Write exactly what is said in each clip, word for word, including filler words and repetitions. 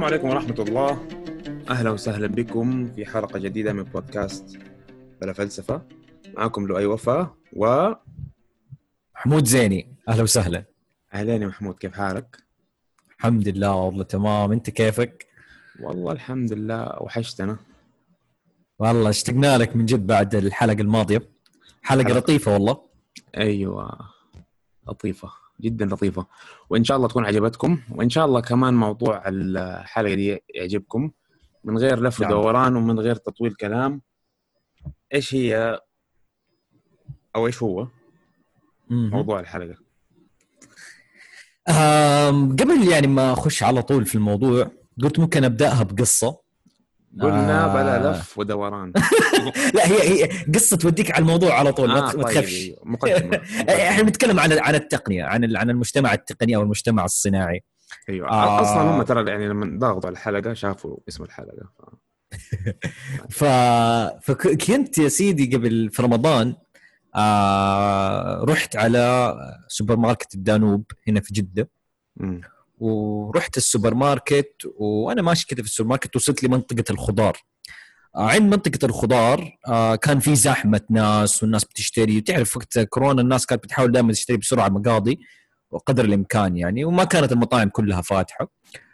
السلام عليكم ورحمة الله. أهلا وسهلا بكم في حلقة جديدة من بودكاست بلا فلسفة. معكم لؤي وفاء و محمود زيني. أهلا وسهلا. أهلين يا محمود، كيف حالك؟ الحمد لله والله تمام، أنت كيفك؟ والله الحمد لله، وحشتنا والله اشتقنا لك من جد بعد الحلقة الماضية. حلقة حلقة. لطيفة والله. أيوة لطيفة جدا لطيفة، وإن شاء الله تكون عجبتكم، وإن شاء الله كمان موضوع الحلقة دي يعجبكم من غير لف نعم. ودوران ومن غير تطويل كلام. إيش هي أو إيش هو موضوع الحلقة؟ أم قبل يعني ما أخش على طول في الموضوع، قلت ممكن أبدأها بقصة. قلنا آه بلا لف ودوران. لا هي هي قصة توديك على الموضوع على طول. آه ما طيب تخافش. أيوة. مقدمة, احنا مقدمة. بنتكلم عن عن التقنية، عن عن المجتمع التقني أو المجتمع الصناعي. ايوه آه اصلا هم ترى يعني لما ضغطوا على الحلقه شافوا اسم الحلقه ف... ف... فكنت يا سيدي قبل في رمضان آه رحت على سوبر ماركت الدانوب هنا في جدة. م. ورحت السوبر ماركت وأنا ماشي كده في السوبر ماركت، وصلت لي منطقة الخضار. آه عند منطقة الخضار آه كان في زحمة ناس والناس بتشتري، وتعرف وقت كورونا الناس كانت بتحاول دائما تشتري بسرعة مقاضي وقدر الإمكان يعني، وما كانت المطاعم كلها فاتحة.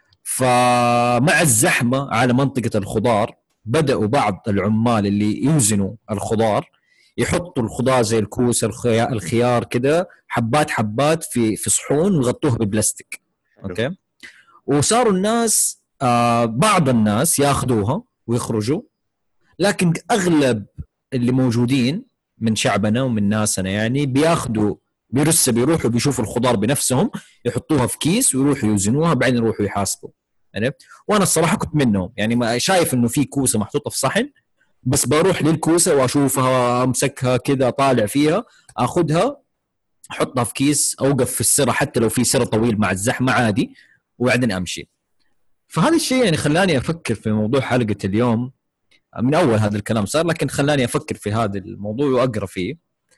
فمع الزحمة على منطقة الخضار بدأوا بعض العمال اللي يوزنوا الخضار يحطوا الخضار زي الكوس الخيار كده حبات حبات في في صحون ويغطوها ببلاستيك. اوكي. وصاروا الناس آه بعض الناس ياخذوها ويخرجوا، لكن اغلب اللي موجودين من شعبنا ومن ناسنا يعني بياخذوا بيرسوا بيروحوا بيشوفوا الخضار بنفسهم، يحطوها في كيس ويروحوا يوزنوها بعدين يروحوا يحاسبوا يعني. وانا الصراحه كنت منهم يعني، ما شايف انه في كوسه محطوطه في صحن، بس بروح للكوسه واشوفها امسكها كذا طالع فيها اخذها احطها في كيس، اوقف في السرة حتى لو في سرة طويل مع الزحمه عادي وبعدين امشي. فهذا الشيء يعني خلاني افكر في موضوع حلقه اليوم. من اول هذا الكلام صار، لكن خلاني افكر في هذا الموضوع واقرا فيه.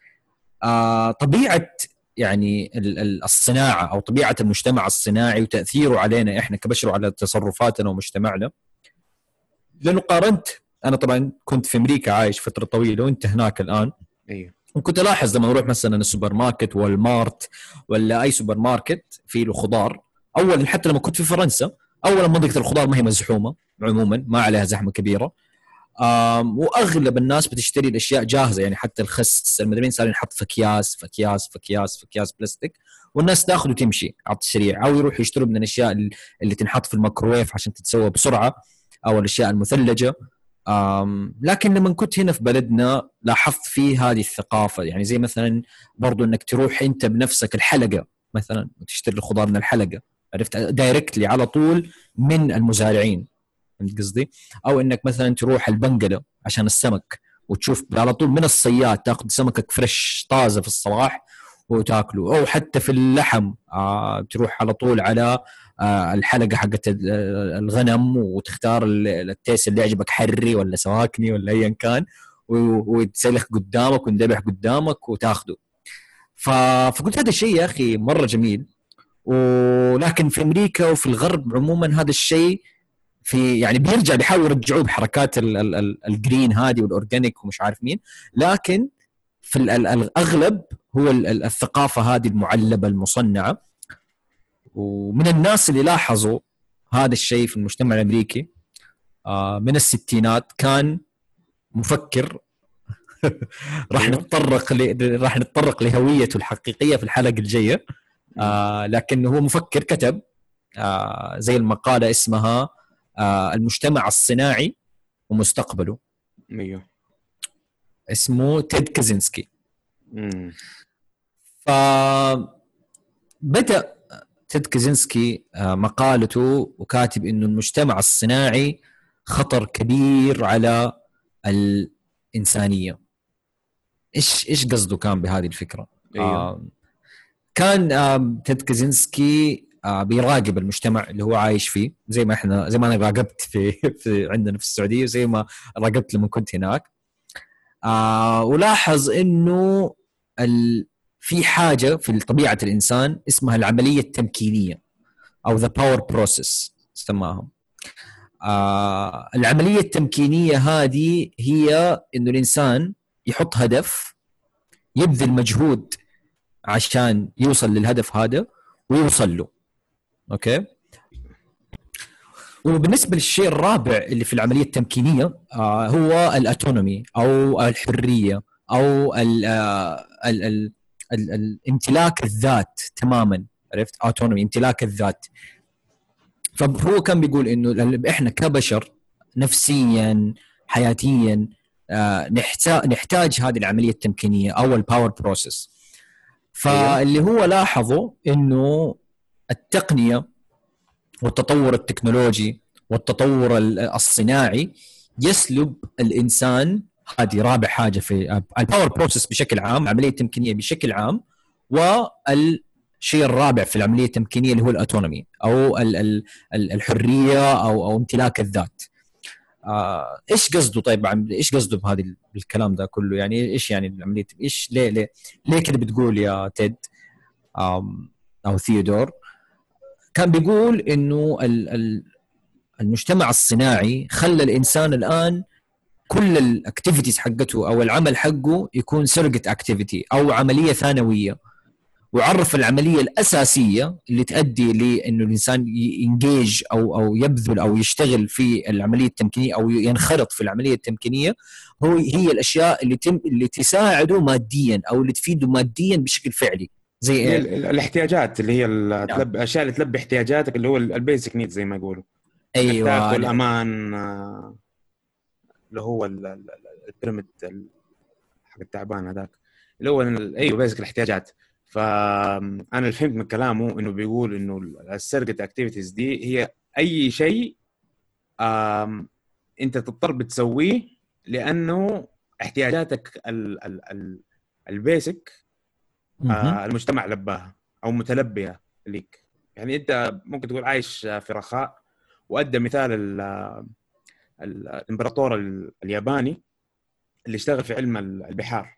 آه طبيعه يعني الصناعه او طبيعه المجتمع الصناعي وتاثيره علينا احنا كبشر وعلى تصرفاتنا ومجتمعنا. لانه قارنت، انا طبعا كنت في امريكا عايش فتره طويله وانت هناك الان. ايوه. وكنت الاحظ لما اروح مثلا السوبر ماركت والمارت ولا اي سوبر ماركت فيه له خضار. اولا حتى لما كنت في فرنسا، اولا منطقه الخضار ما هي مزحومه عموما، ما عليها زحمه كبيره. واغلب الناس بتشتري الاشياء جاهزه يعني، حتى الخس المدرين صار ينحط في اكياس في اكياس في اكياس في اكياس بلاستيك، والناس تاخذ وتمشي على السريع، او يروحوا يشتروا من الاشياء اللي تنحط في الميكروويف عشان تتسوى بسرعه، او الاشياء المثلجه. لكن لما كنت هنا في بلدنا لاحظت فيه هذه الثقافه، يعني زي مثلا برضو انك تروح انت بنفسك الحلقه مثلا وتشتري الخضار من الحلقه، عرفت دايركتلي على طول من المزارعين، فهمت قصدي؟ او انك مثلا تروح البنقله عشان السمك وتشوف على طول من الصياد تاخذ سمكك فريش طازه في الصباح وتاكله. او حتى في اللحم آه تروح على طول على آه الحلقه حقت الغنم وتختار التيس اللي يعجبك، حري ولا سواكني ولا ايا كان، ويتسلخ قدامك ويندبح قدامك وتاخده. فقلت هذا الشيء يا اخي مره جميل. ولكن في امريكا وفي الغرب عموما هذا الشيء في يعني بيرجع بيحاول يرجعوه بحركات الجرين هذه والاورجانيك ومش عارف مين، لكن في الاغلب هو الثقافه هذه المعلبه المصنعه. ومن الناس اللي لاحظوا هذا الشيء في المجتمع الامريكي من الستينات كان مفكر راح نتطرق ل... راح نتطرق لهويته الحقيقيه في الحلقه الجايه. آه لكن هو مفكر كتب آه زي المقاله اسمها آه المجتمع الصناعي ومستقبله. ايوه. اسمه تيد كازينسكي. امم فبدأ تيد كازينسكي آه مقالته وكاتب انه المجتمع الصناعي خطر كبير على الإنسانية. ايش ايش قصده كان بهذه الفكرة؟ أيوه. آه كان آه تيد كازينسكي آه بيراقب المجتمع اللي هو عايش فيه، زي ما احنا زي ما انا راقبت في, في عندنا في السعودية، زي ما راقبت لما كنت هناك. آه ولاحظ انه ال... في حاجة في طبيعة الإنسان اسمها العملية التمكينية أو the power process سماهم. آه العملية التمكينية هذه هي إنه الإنسان يحط هدف، يبذل مجهود عشان يوصل للهدف هذا ويوصل له. أوكي. وبالنسبة للشيء الرابع اللي في العملية التمكينية آه هو الأوتونومي أو الحرية أو ال آه ال ال ال الامتلاك الذات تماما. عرفت؟ أوتونومي، امتلاك الذات. فهو كان بيقول إنه إحنا كبشر نفسيا حياتيا آه نحتاج نحتاج هذه العملية التمكينية أو الباور بروسيس. فاللي هو لاحظوا إنه التقنية والتطور التكنولوجي والتطور الصناعي يسلب الإنسان، هذه رابع حاجة في الباور بروسيس بشكل عام، عملية تمكينية بشكل عام. والشيء الرابع في العملية التمكينية اللي هو الأوتونومي أو الحرية أو أو امتلاك الذات. آه، إيش قصده؟ طيب إيش قصده بهذا الكلام ده كله؟ يعني إيش يعني العملية؟ إيش ليه ليه ليه كده بتقول يا تيد أو ثيودور؟ كان بيقول إنه المجتمع الصناعي خلى الإنسان الآن كل الأكتيفيتيز حقته أو العمل حقه يكون سيرجت أكتيفيتي أو عملية ثانوية، وعرف العملية الأساسية اللي تؤدي لأنه الإنسان ينجيج أو أو يبذل أو يشتغل في العملية التمكينية أو ينخرط في العملية التمكينية، هو هي الأشياء اللي تم اللي تساعده ماديا أو اللي تفيده ماديا بشكل فعلي، زي الاحتياجات اللي هي الاشياء اللي تلبي احتياجاتك، اللي هو البيسك نيدز زي ما يقولوا. ايوه، تاكل، امان، اللي هو البيراميد حق التعبان هذاك، اللي هو ايوه بيسك الاحتياجات. فانا اللي فهمت من كلامه انه بيقول انه السيرجت اكتيفيتيز دي هي اي شيء انت تضطر بتسويه لانه احتياجاتك ال ال ال البيسك آه المجتمع لباها او متلبيه ليك. يعني انت ممكن تقول عايش في رخاء، وادى مثال الامبراطور الياباني اللي اشتغل في علم البحار.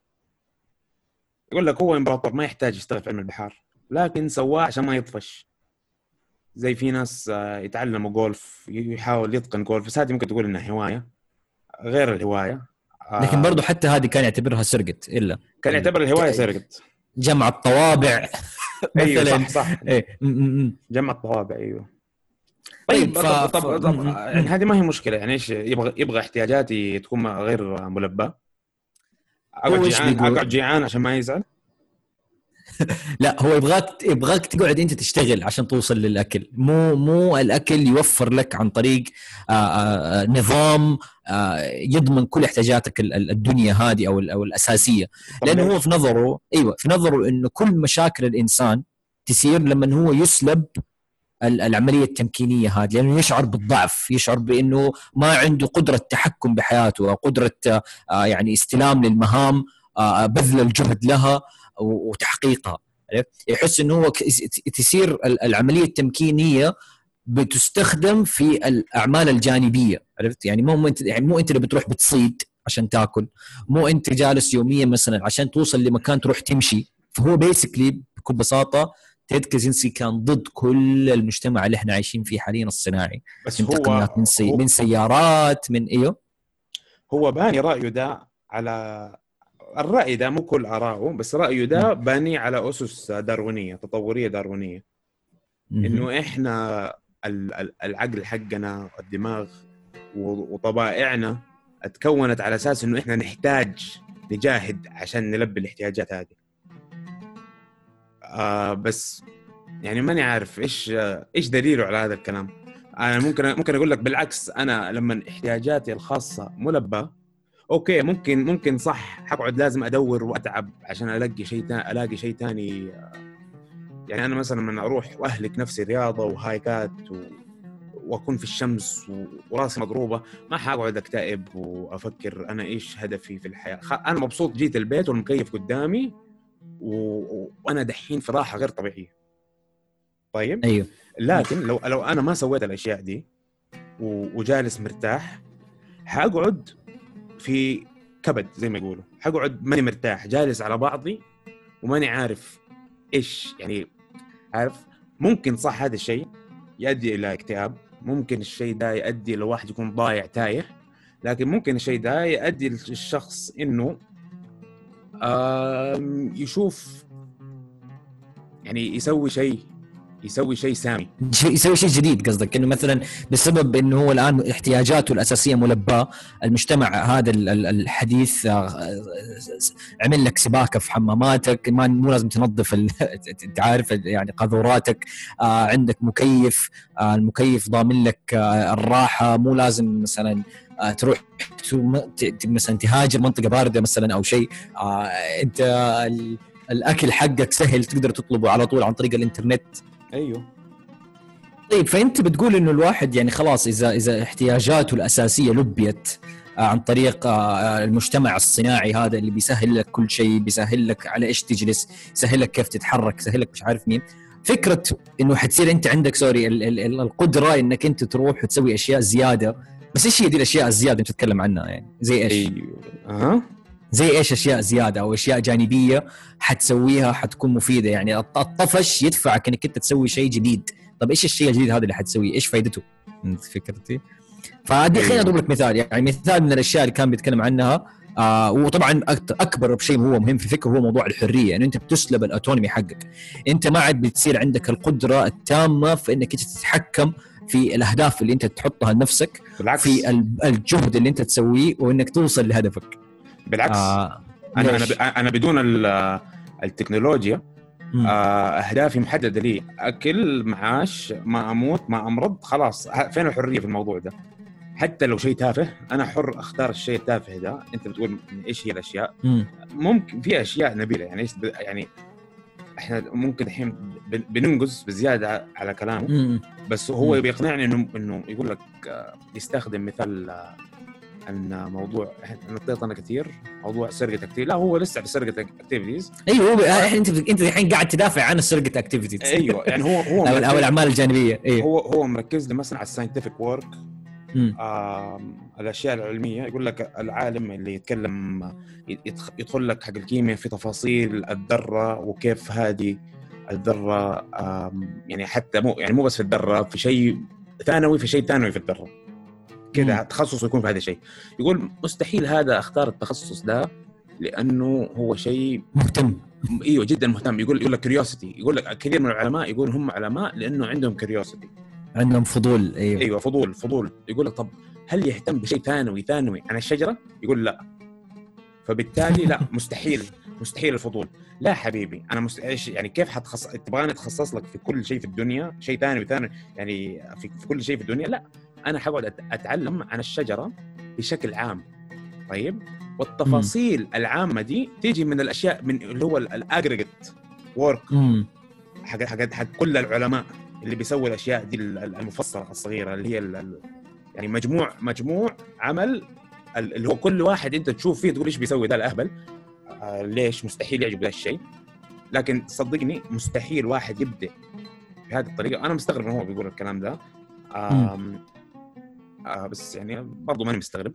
يقول لك هو امبراطور ما يحتاج يشتغل في علم البحار، لكن سواه عشان ما يطفش. زي في ناس يتعلموا جولف، يحاول يتقن جولف، بس هذه ممكن تقول انها هوايه غير الهوايه. لكن برضو حتى هذه كان يعتبرها سرقت، الا كان يعتبر الهوايه سرقت. جمع الطوابع ايوه صح صح إيه. جمع الطوابع ايوه. طيب ف... طب, طب, طب يعني هذه ما هي مشكله. يعني ايش يبغى يبغى احتياجاتي تكون غير ملبى؟ اقعد جيعان اقعد جيعان عشان ما يزعل؟ لا، هو يبغاك يبغاك تقعد انت تشتغل عشان توصل للاكل، مو مو الاكل يوفر لك عن طريق آآ آآ نظام آآ يضمن كل احتياجاتك الدنيا هذه او او الاساسيه. لانه هو في نظره ايوه في نظره انه كل مشاكل الانسان تصير لما هو يسلب العمليه التمكينيه هذه، لانه يشعر بالضعف، يشعر بانه ما عنده قدره تحكم بحياته او قدره يعني استلام للمهام، بذل الجهد لها وتحقيقها. يحس انه هو تصير العمليه التمكينيه بتستخدم في الاعمال الجانبيه. عرفت؟ يعني مو انت يعني مو انت اللي بتروح بتصيد عشان تاكل، مو انت جالس يوميا مثلا عشان توصل لمكان تروح تمشي. فهو بيسكلي بكل بساطه تيد كازينسكي كان ضد كل المجتمع اللي احنا عايشين فيه حاليا الصناعي، بس من هو تقنيات، من, سي... من سيارات، من ايوه. هو باني رايه ده على الرأي ده، مو كل آراءه، بس رأيه ده باني على أسس داروينية تطورية داروينية. إنه إحنا العقل حقنا الدماغ وطبائعنا اتكونت على أساس إنه إحنا نحتاج نجاهد عشان نلبي الاحتياجات هذه. آه بس يعني ماني عارف إيش إيش دليله على هذا الكلام. أنا ممكن ممكن أقول لك بالعكس، أنا لما احتياجاتي الخاصة ملبى اوكي ممكن ممكن صح حقعد لازم ادور واتعب عشان الاقي شيء ثاني الاقي شيء ثاني. يعني انا مثلا من اروح واهلك نفسي رياضه وهايكات و... واكون في الشمس و... وراسي مضروبه، ما حقعد اكتئب وافكر انا ايش هدفي في الحياه. خ... انا مبسوط، جيت البيت والمكيف قدامي و... وانا دحين في راحه غير طبيعيه. طيب ايوه، لكن لو لو انا ما سويت الاشياء دي و... وجالس مرتاح، حقعد في كبد زي ما يقولوا، حقعد ماني مرتاح، جالس على بعضي وماني عارف ايش يعني. عارف ممكن صح هذا الشيء يؤدي الى اكتئاب، ممكن الشيء ده يؤدي لواحد يكون ضايع تايه، لكن ممكن الشيء ده يؤدي للشخص إنه يشوف يعني يسوي شيء يسوي شيء سامي، يسوي شيء جديد. قصدك انه مثلا بسبب انه هو الان احتياجاته الاساسيه ملباه، المجتمع هذا الحديث عمل لك سباكه في حماماتك، ما مو لازم تنظف انت عارف يعني قاذوراتك، عندك مكيف، المكيف ضامن لك الراحه، مو لازم مثلا تروح مثلا تهاجر منطقه بارده مثلا او شيء، انت الاكل حقك سهل تقدر تطلبه على طول عن طريق الانترنت. ايوه. طيب فانت بتقول انه الواحد يعني خلاص اذا اذا احتياجاته الاساسيه لبيت عن طريق المجتمع الصناعي هذا اللي بيسهل لك كل شيء، بيسهل لك على ايش تجلس، يسهل لك كيف تتحرك، يسهل لك مش عارف مين، فكره انه حتصير انت عندك سوري القدره انك انت تروح وتسوي اشياء زياده. بس ايش هي دي الاشياء الزياده اللي بتتكلم عنها؟ يعني زي ايش؟ ايوه اها زي ايش اشياء زياده او اشياء جانبيه حتسويها حتكون مفيده؟ يعني الطفش يدفعك انك انت تسوي شيء جديد. طب ايش الشيء الجديد هذا اللي حتسويه؟ ايش فائدته؟ فكرتي؟ فدي خلينا اضرب لك مثال، يعني مثال من الاشياء اللي كان بيتكلم عنها آه وطبعا اكبر شيء هو مهم في الفكره هو موضوع الحريه، يعني انت بتسلب الاوتونومي حقك، انت ما عاد بتصير عندك القدره التامه في انك انت تتحكم في الاهداف اللي انت تحطها لنفسك، بالعكس في الجهد اللي انت تسويه وانك توصل لهدفك. بالعكس آه انا انا انا بدون التكنولوجيا آه اهدافي محدده لي، اكل، معاش، ما اموت، ما امرض، خلاص فين الحريه في الموضوع ده؟ حتى لو شيء تافه انا حر اختار الشيء التافه ده. انت بتقول ايش هي الاشياء؟ م. ممكن في اشياء نبيله، يعني يعني احنا ممكن الحين بننقز بزياده على كلامه م. بس هو م. بيقنعني انه انه يقول لك يستخدم مثال ان موضوع احنا طلعنا كثير موضوع سرقه كثير، لا هو لسه بسرقه اكتيفيتيز. ايوه هو انت انت الحين قاعد تدافع عن سرقه اكتيفيتيز. ايوه يعني هو هو او, أو الاعمال الجانبيه. أيوه. هو هو مركز لي مثلا على الساينتفك وورك، آه الاشياء العلميه. يقول لك العالم اللي يتكلم يدخل لك حق الكيمياء في تفاصيل الذره وكيف هذه الذره يعني حتى مو يعني مو بس في الذره، في شيء ثانوي في شيء ثانوي في الذره كده تخصصه يكون في هذا الشيء. يقول مستحيل هذا اختار التخصص ده لانه هو شيء مهتم. ايوه جدا مهتم. يقول يقول لك كيوريوسيتي. يقول لك كثير من العلماء يقول هم علماء لانه عندهم كيوريوسيتي، عندهم فضول. ايوه ايوه فضول فضول. يقول لك طب هل يهتم بشيء ثانوي ثانوي عن الشجره؟ يقول لا. فبالتالي لا مستحيل مستحيل الفضول. لا حبيبي انا مست... ايش يعني كيف حتخصص تبغاني اتخصص لك في كل شيء في الدنيا شيء ثانوي ثانوي يعني في, في كل شيء في الدنيا؟ لا انا حقعد اتعلم عن الشجره بشكل عام. طيب والتفاصيل م. العامه دي تيجي من الاشياء من اللي هو الاجريجيت وورك حق حق حق كل العلماء اللي بيسوي الاشياء دي المفصله الصغيره اللي هي يعني مجموع مجموع عمل اللي هو كل واحد انت تشوف فيه تقول ايش بيسوي ده الاهبل. آه ليش مستحيل يعجب ذا الشيء؟ لكن صدقني مستحيل واحد يبدأ بهذه الطريقه. انا مستغرب انه هو بيقول الكلام ده آه آه بس يعني برضو ماني مستغرب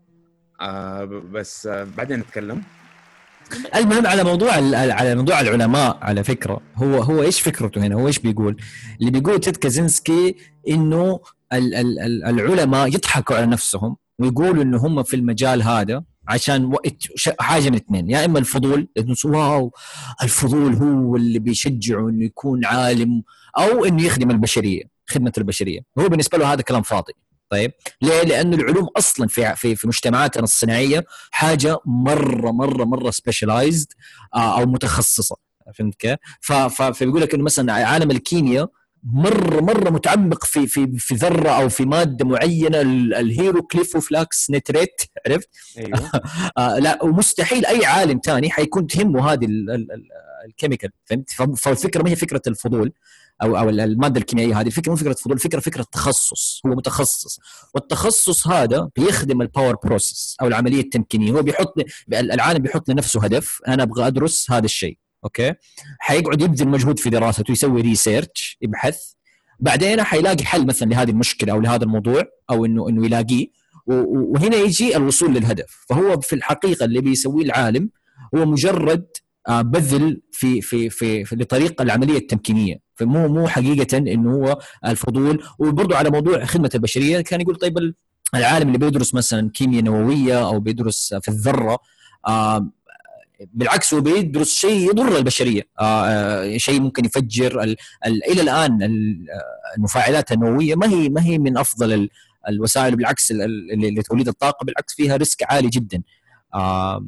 آه بس آه بعدين نتكلم. المهم على موضوع على موضوع العلماء على فكره هو هو ايش فكرته هنا؟ هو ايش بيقول؟ اللي بيقول تيد كازينسكي انه العلماء يضحكوا على نفسهم ويقولوا انه هم في المجال هذا عشان حاجه من اثنين، يا اما الفضول انه واو الفضول هو اللي بيشجعه انه يكون عالم، او انه يخدم البشريه خدمه البشريه. هو بالنسبه له هذا كلام فاضي. طيب ليه؟ لأنه العلوم أصلاً في في في مجتمعاتنا الصناعية حاجة مرة مرة مرة سبيشالايزد أو متخصصة، فهمت كيف؟ فبيقول لك إنه مثلاً عالم الكيمياء مرة مرة متعمق في في في ذرة أو في مادة معينة الهيروكليفوفلاكس نتريت، عرفت؟ أيوه. آه لا ومستحيل أي عالم تاني حيكون تهمه هذه الكيميكال، فهمت؟ فالفكرة ما هي فكرة الفضول او او الماده الكيميائيه، هذه الفكره مو فكره فضول، فكره فكره تخصص. هو متخصص والتخصص هذا بيخدم الباور بروسيس او العمليه التمكينيه. هو بيحط العالم بيحط لنفسه هدف، انا ابغى ادرس هذا الشيء، اوكي، حيقعد يبذل مجهود في دراسته، يسوي ريسيرش، يبحث، بعدين حيلاقي حل مثلا لهذه المشكله او لهذا الموضوع او انه انه يلاقيه، وهنا يجي الوصول للهدف. فهو في الحقيقه اللي بيسويه العالم هو مجرد بذل في في في, في لطريق العمليه التمكينيه. فمو مو حقيقه انه هو الفضول. وبرضه على موضوع خدمه البشريه كان يقول طيب العالم اللي بيدرس مثلا كيمياء نوويه او بيدرس في الذره آه بالعكس هو بيدرس شيء يضر البشريه، آه شيء ممكن يفجر ال ال الى الان المفاعلات النوويه ما هي ما هي من افضل الوسائل، بالعكس لتوليد الطاقه بالعكس فيها ريسك عالي جدا. آه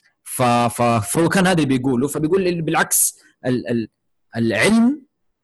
فهو كان هذا اللي بيقوله. فبيقول بالعكس ال ال العلم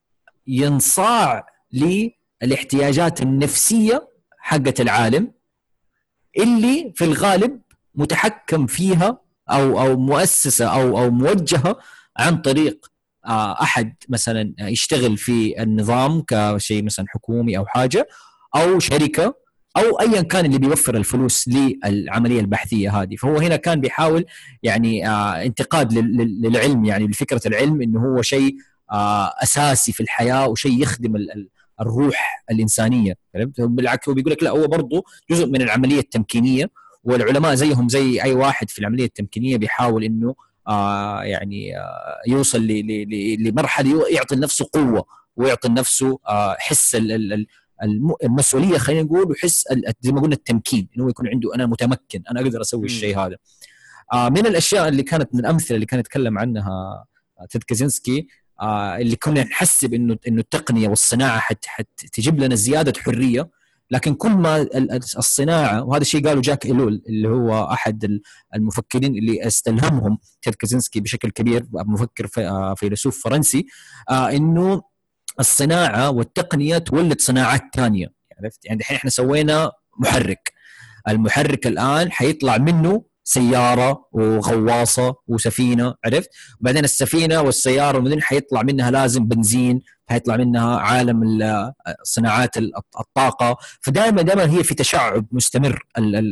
ينصاع للاحتياجات النفسيه حقة العالم اللي في الغالب متحكم فيها او او مؤسسه او او موجهه عن طريق احد مثلا يشتغل في النظام كشيء مثلا حكومي او حاجه او شركه او ايا كان اللي بيوفر الفلوس للعمليه البحثيه هذه. فهو هنا كان بيحاول يعني انتقاد للعلم، يعني لفكره العلم انه هو شيء اساسي في الحياه وشيء يخدم الروح الإنسانية. بالعكس هو بيقول لك لا، هو برضو جزء من العملية التمكينية، والعلماء زيهم زي أي واحد في العملية التمكينية بيحاول إنه آه يعني آه يوصل لمرحلة يعطي لنفسه قوة ويعطي لنفسه آه حس المسؤولية خلينا نقول، وحس زي ما قلنا التمكين، إنه يكون عنده أنا متمكن، أنا أقدر أسوي الشيء هذا. آه من الأشياء اللي كانت من الأمثلة اللي كان يتكلم عنها تيد كازينسكي آه اللي كنا نحسب انه انه التقنيه والصناعه حت حت تجيب لنا زياده حريه، لكن كل ما الصناعه، وهذا الشيء قاله جاك إيلول اللي هو احد المفكرين اللي استلهمهم تيد كازينسكي بشكل كبير، مفكر فيلسوف فرنسي، آه انه الصناعه والتقنيه تولد صناعات ثانيه. عرفت يعني الحين احنا سوينا محرك، المحرك الان حيطلع منه سيارة وغواصة وسفينة، عرفت؟ وبعدين السفينة والسيارة والمدن حيطلع منها لازم بنزين، حيطلع منها عالم صناعات الطاقة. فدائما دائما هي في تشعب مستمر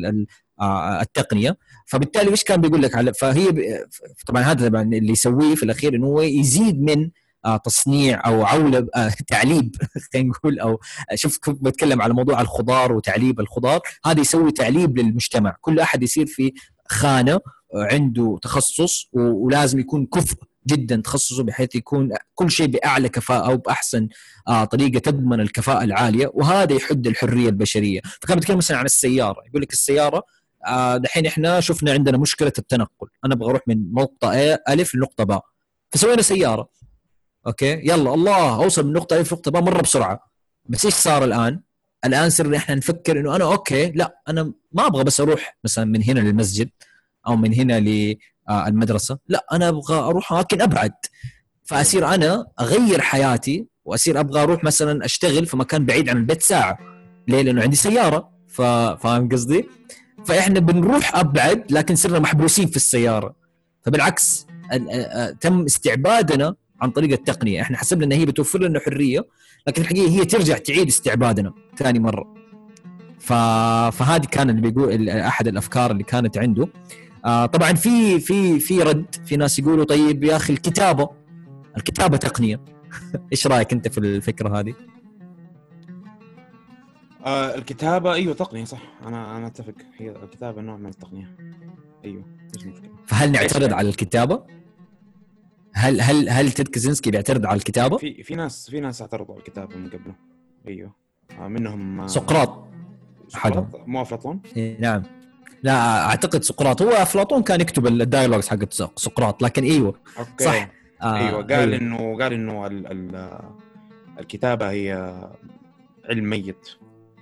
التقنية. فبالتالي إيش كان بيقول لك على، فهي طبعا هذا طبعا اللي يسويه في الأخير إنه هو يزيد من تصنيع او عولب تعليب خلينا نقول، او شوف كيف بتكلم على موضوع الخضار وتعليب الخضار، هذا يسوي تعليب للمجتمع. كل احد يصير في خانه عنده تخصص ولازم يكون كفء جدا تخصصه، بحيث يكون كل شيء باعلى كفاءه وباحسن طريقه تضمن الكفاءه العاليه، وهذا يحد الحريه البشريه. فكان بيتكلم مثلا عن السياره، يقول لك السياره دحين احنا شفنا عندنا مشكله التنقل، انا ابغى اروح من نقطه A الف لنقطه باء، فسوينا سياره اوكي يلا الله اوصل من نقطه الف لنقطه باء مره بسرعه. بس ايش صار الان؟ الان صرنا احنا نفكر انه انا اوكي لا انا ما ابغى بس اروح مثلا من هنا للمسجد او من هنا للمدرسه، لا انا ابغى اروح اماكن ابعد، فاصير انا اغير حياتي واصير ابغى اروح مثلا اشتغل في مكان بعيد عن البيت ساعه. ليه؟ لانه عندي سياره. فاهم قصدي؟ فاحنا بنروح ابعد لكن صرنا محبوسين في السياره. فبالعكس تم استعبادنا عن طريق التقنيه. احنا حسبنا ان هي بتوفر لنا حريه، لكن الحقيقه هي ترجع تعيد استعبادنا ثاني مره. ف... فهذه كان اللي بيقول احد الافكار اللي كانت عنده. آه طبعا في في في رد، في ناس يقولوا طيب يا اخي الكتابه الكتابه تقنيه. ايش رايك انت في الفكره هذه؟ آه الكتابه ايوه تقنيه صح، انا انا اتفق، هي الكتابه نوع من التقنيه ايوه مش مشكله. فهل نعترض على الكتابه؟ هل هل هل تيد كازينسكي بيعترض على الكتابه؟ في في ناس في ناس اعترضوا على الكتابه من قبله. ايوه آه منهم آه سقراط احدهم، مو افلاطون. نعم لا اعتقد سقراط. هو افلاطون كان يكتب الدايلوجز حق سقراط، لكن ايوه أوكي. صح آه ايوه قال أيوة. انه قال انه ال ال الكتابه هي علم ميت،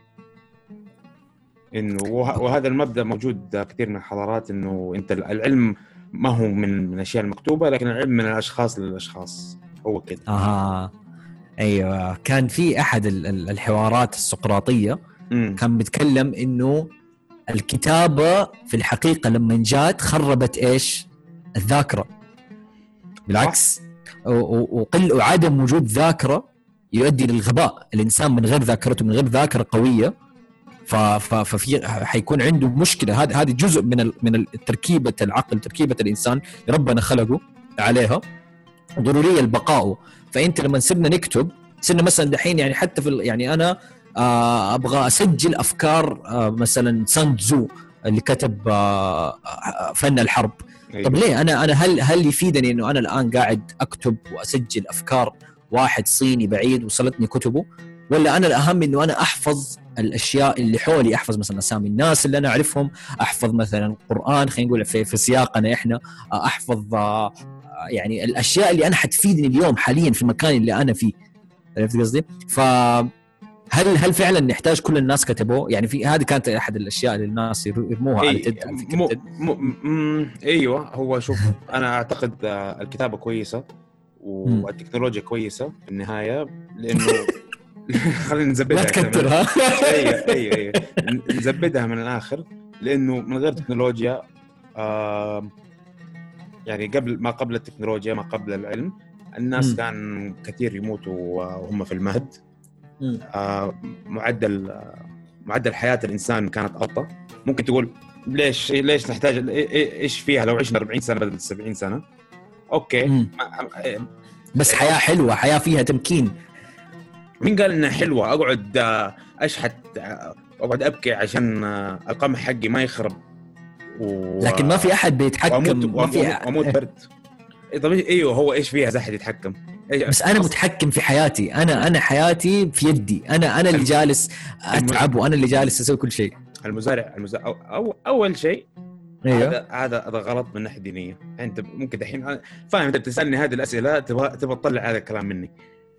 انه وهذا المبدا موجود كثير من الحضارات، انه انت العلم ما هو من الاشياء المكتوبه، لكن العلم من الاشخاص للاشخاص، هو كده. اها ايوه كان في احد الحوارات السقراطيه م. كان بيتكلم انه الكتابه في الحقيقه لما جات خربت ايش؟ الذاكره. بالعكس وقل وعدم وجود ذاكره يؤدي للغباء. الانسان من غير ذاكرته، من غير ذاكره قويه، ففي حيكون عنده مشكله. هذا هذه جزء من من تركيبه العقل، تركيبه الانسان ربنا خلقه عليها، ضروريه لبقائه. فانت لما صرنا نكتب، صرنا مثلا دحين يعني حتى في يعني انا آه ابغى اسجل افكار آه مثلا سان تزو اللي كتب فن الحرب. أيوة. طب ليه انا انا هل هل يفيدني انه انا الان قاعد اكتب واسجل افكار واحد صيني بعيد وصلتني كتبه، ولا انا الاهم انه انا احفظ الاشياء اللي حولي، احفظ مثلا اسامي الناس اللي انا اعرفهم، احفظ مثلا قرآن خلينا نقول في, في سياقنا احنا، احفظ يعني الاشياء اللي انا حتفيدني اليوم حاليا في المكان اللي انا فيه. عرفت قصدي؟ ف هل هل فعلا نحتاج كل الناس كتبوه؟ يعني في هذه كانت احد الاشياء اللي الناس يرموها أي على تد على فكره م... تد. م... م... ايوه هو شوف انا اعتقد الكتابه كويسه والتكنولوجيا كويسه في النهايه، لانه خلينا نزبدها لا تكترها. اي اي اي نزبدها من الاخر، لانه من غير تكنولوجيا آه يعني قبل ما قبل التكنولوجيا ما قبل العلم الناس م. كان كثير يموتوا وهم في المهد. آه معدل معدل حياة الإنسان كانت أبطأ. ممكن تقول ليش ليش نحتاج إيش فيها لو عشنا أربعين سنة بدل سبعين سنة؟ أوكي بس حياة حلوة، حياة فيها تمكين. مين قال إنها حلوة؟ أقعد أشحت أقعد أبكي عشان القمح حقي ما يخرب و... لكن ما في أحد بيتحكم وأموت, ما في وأموت برد. طب ايوه هو ايش فيها زحد يتحكم؟ بس انا متحكم في حياتي، انا انا حياتي في يدي، انا انا اللي جالس اتعب وانا اللي جالس اسوي كل شيء. المزارع المزارع أو أو اول شيء أيوه. هذا هذا هذا غلط من ناحيه دينيه. انت ممكن الحين فاهم انت بتسالني هذه الاسئله تبغى تبغى تطلع هذا الكلام مني.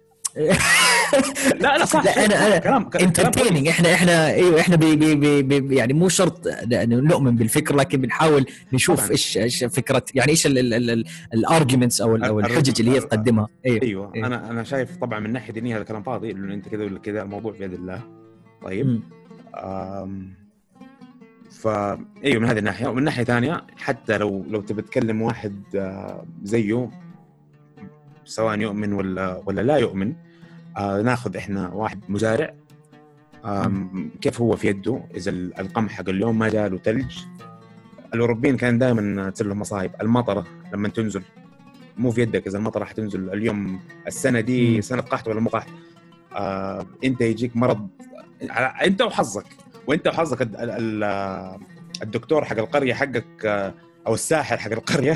لا لا صح. لا انا انا كلام انترتيننج. احنا احنا ايوه احنا بي بي بي يعني مو شرط نؤمن بالفكر، لكن بنحاول نشوف طبعاً. ايش ايش فكره يعني ايش الارجيومنتس او او الحجج اللي هي تقدمها. ايوه, أيوة. أيوة. انا انا شايف طبعا من ناحيه دينيه هذا كلام فاضي، لانه انت كذا ولا كذا الموضوع بيد الله. طيب امم ف ايوه من هذه الناحيه. ومن ناحيه ثانيه حتى لو لو تبي تكلم واحد زيه سواء يؤمن ولا ولا لا يؤمن، آه ناخذ احنا واحد مزارع كيف هو في يده اذا القمح حق اليوم ما جاله ثلج. الاوروبيين كان دائما تصير لهم مصايب. المطره لما تنزل مو في يدك اذا المطره حتنزل اليوم السنه دي م. سنه قحط ولا مو قحط. آه انت يجيك مرض انت وحظك، وانت وحظك ال ال الدكتور حق القريه حقك او الساحر حق القريه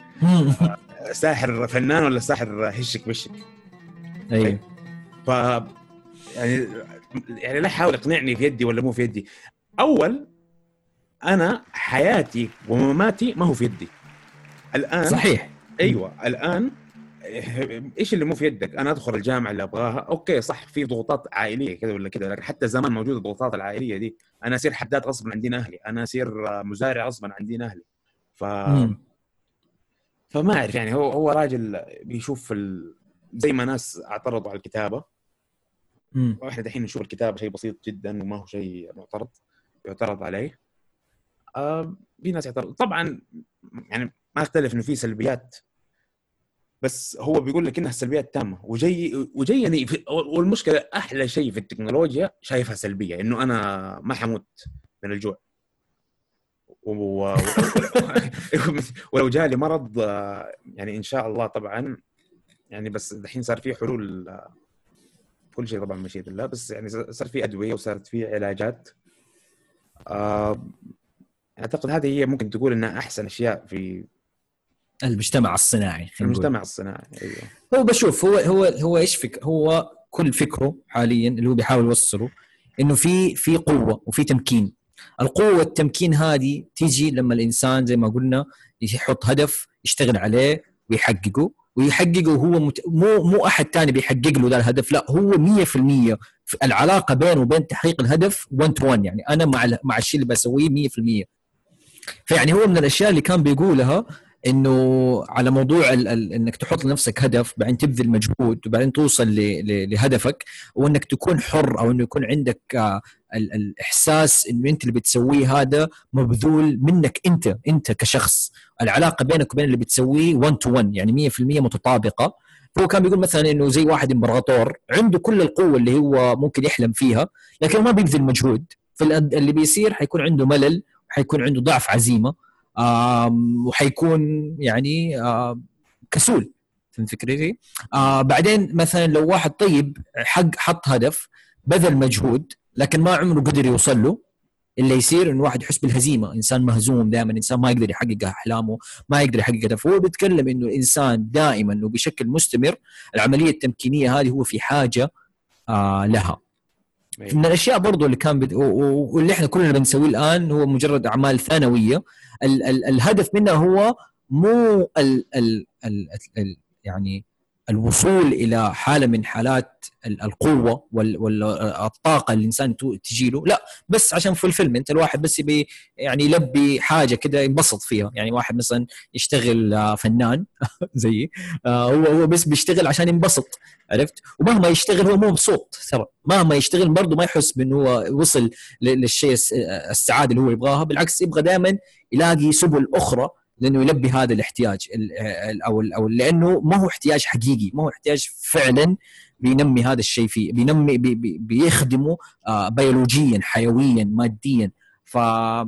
ساحر فنان ولا ساحر هشك بشك. ايوه ف يعني يعني لا حاول اقنعني في يدي ولا مو في يدي. اول انا حياتي ومماتي ما هو في يدي الان. صحيح. ايوه الان ايش اللي مو في يدك؟ انا ادخل الجامعه اللي ابغاها، اوكي صح في ضغوطات عائليه كذا ولا كذا، لكن حتى زمان موجوده الضغوطات العائليه دي. انا اصير حداد غصبا عن دين اهلي، انا اصير مزارع غصبا عن دين اهلي. ف م. فما اعرف يعني هو هو راجل بيشوف ال... زي ما ناس اعترضوا على الكتابه، امم واحنا دحين نشوف الكتابه شيء بسيط جدا وما هو شيء معترض يعترض عليه. آه في ناس يعترض طبعا، يعني ما اختلف انه في سلبيات، بس هو بيقول لك انها السلبيات تامه وجاي وجاي يعني. والمشكله احلى شيء في التكنولوجيا شايفها سلبيه، انه انا ما حموت من الجوع و... ولو جالي مرض يعني ان شاء الله طبعا يعني، بس الحين صار في حلول كل شيء طبعا مشيئة الله، بس يعني صار في ادويه وصارت في علاجات. آه... اعتقد هذه هي ممكن تقول انها احسن اشياء في المجتمع الصناعي. في المجتمع الصناعي. ايوه هو بشوف هو هو هو ايش فكر هو كل فكره حاليا اللي هو بيحاول يوصله انه في في قوه وفي تمكين. القوه والتمكين هذه تيجي لما الانسان زي ما قلنا يحط هدف يشتغل عليه ويحققه ويحققه وهو مت... مو مو احد تاني بيحقق له ذا الهدف، لا هو مية في المية العلاقه بينه وبين تحقيق الهدف one to one. يعني انا مع ال... مع الشيء اللي بسويه مية في المية. فيعني هو من الاشياء اللي كان بيقولها انه على موضوع ال ال انك تحط لنفسك هدف بعدين تبذل مجهود وبعدين توصل ل ل لهدفك، وانك تكون حر او انه يكون عندك آه ال الاحساس انه انت اللي بتسويه هذا مبذول منك انت انت كشخص. العلاقه بينك وبين اللي بتسويه one to one يعني مية في المية متطابقه. فهو كان بيقول مثلا انه زي واحد امبراطور عنده كل القوه اللي هو ممكن يحلم فيها، لكن ما بيبذل مجهود، فاللي بيصير حيكون عنده ملل وحيكون عنده ضعف عزيمه وحيكون يعني كسول. فهمت فكرتي؟ بعدين مثلا لو واحد طيب حق حط هدف بذل مجهود لكن ما عمره قدر يوصل له، اللي يصير انه واحد يحس بالهزيمه، انسان مهزوم دائما، انسان ما يقدر يحقق احلامه، ما يقدر يحقق هدفه. هو بيتكلم انه الانسان دائما وبشكل مستمر العمليه التمكينيه هذه هو في حاجه آه لها. من الاشياء برضو اللي كان بد... واللي احنا كلنا بنسويه الان هو مجرد اعمال ثانويه، ال... ال... الهدف منها هو مو ال... ال... ال... ال... يعني الوصول الى حاله من حالات القوه والطاقه اللي الانسان تجيله، لا، بس عشان في الفيلم انت الواحد بس يبي يعني يلبي حاجه كده ينبسط فيها. يعني واحد مثلا يشتغل فنان زي هو هو بس بيشتغل عشان ينبسط، عرفت؟ ومهما يشتغل هو مو مبسوط، ترى مهما يشتغل برضه ما يحس بانه هو وصل للشيء السعاده اللي هو يبغاها، بالعكس يبغى دائما يلاقي سبل اخرى لانه يلبي هذا الاحتياج او او لانه ما هو احتياج حقيقي، ما هو احتياج فعلا بينمي هذا الشيء فيه، بينمي بي بي بيخدمه بيولوجيا حيويا ماديا. ف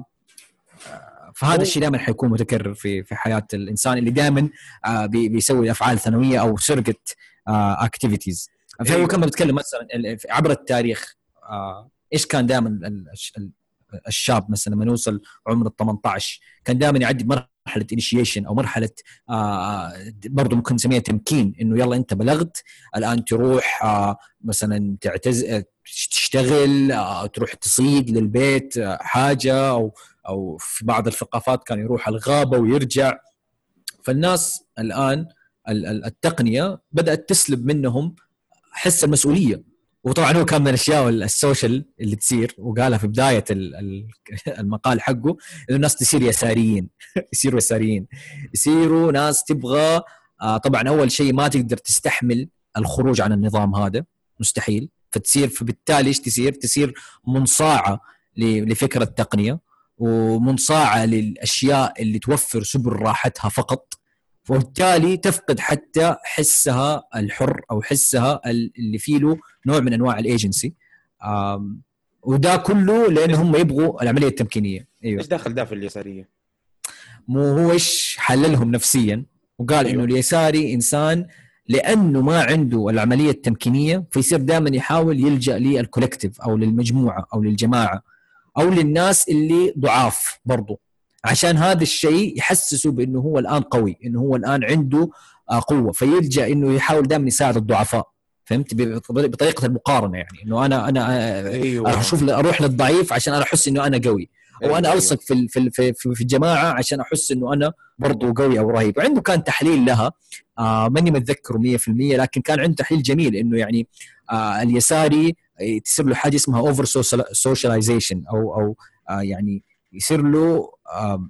فهذا الشيء دائما حيكون متكرر في في حياه الانسان اللي دائما بي بيسوي افعال ثانويه او سرقه اكتيفيتيز. فهو كان بيتكلم مثلا عبر التاريخ ايش كان دائما الشاب مثلا لما يوصل عمر ثمانية عشر كان دائما يعدي مرحله انيشيشن او مرحله آه برضه ممكن نسميها تمكين، انه يلا انت بلغت الان تروح آه مثلا تعتز تشتغل، آه تروح تصيد للبيت آه حاجه، او او في بعض الثقافات كان يروح الغابه ويرجع. فالناس الان التقنيه بدات تسلب منهم حس المسؤوليه. وطبعا هو كان من الاشياء السوشيال اللي تصير وقالها في بدايه المقال حقه انه الناس تصير يساريين يصيروا يساريين يصيروا ناس تبغى آه طبعا اول شيء ما تقدر تستحمل الخروج عن النظام هذا، مستحيل. فتصير فبالتالي ايش تصير تصير منصاعه لفكره التقنيه ومنصاعه للاشياء اللي توفر سبل راحتها فقط، وبالتالي تفقد حتى حسها الحر او حسها اللي فيه له نوع من انواع الايجنسي. وده كله لانه هم يبغوا العمليه التمكينيه. ايوه، ايش داخل ده في اليساريه؟ مو هو ايش حللهم نفسيا وقال أيوه. انه اليساري انسان لانه ما عنده العمليه التمكينيه فيصير دائما يحاول يلجا للكولكتيف او للمجموعه او للجماعه او للناس اللي ضعاف برضو، عشان هذا الشيء يحسسه بانه هو الان قوي، انه هو الان عنده قوه، فيلجا انه يحاول دائما يساعد الضعفاء. فهمت؟ بطريقه المقارنه، يعني انه انا انا أيوة. اشوف اروح للضعيف عشان انا احس انه انا قوي، أيوة. وانا الصق في في في في الجماعه عشان احس انه انا برضو قوي او رهيب. وعنده كان تحليل لها آه ماني متذكره مية في المية، لكن كان عنده تحليل جميل انه يعني آه اليساري تصير له حاجه اسمها اوفر سوشياليزيشن او او آه يعني يصير له آه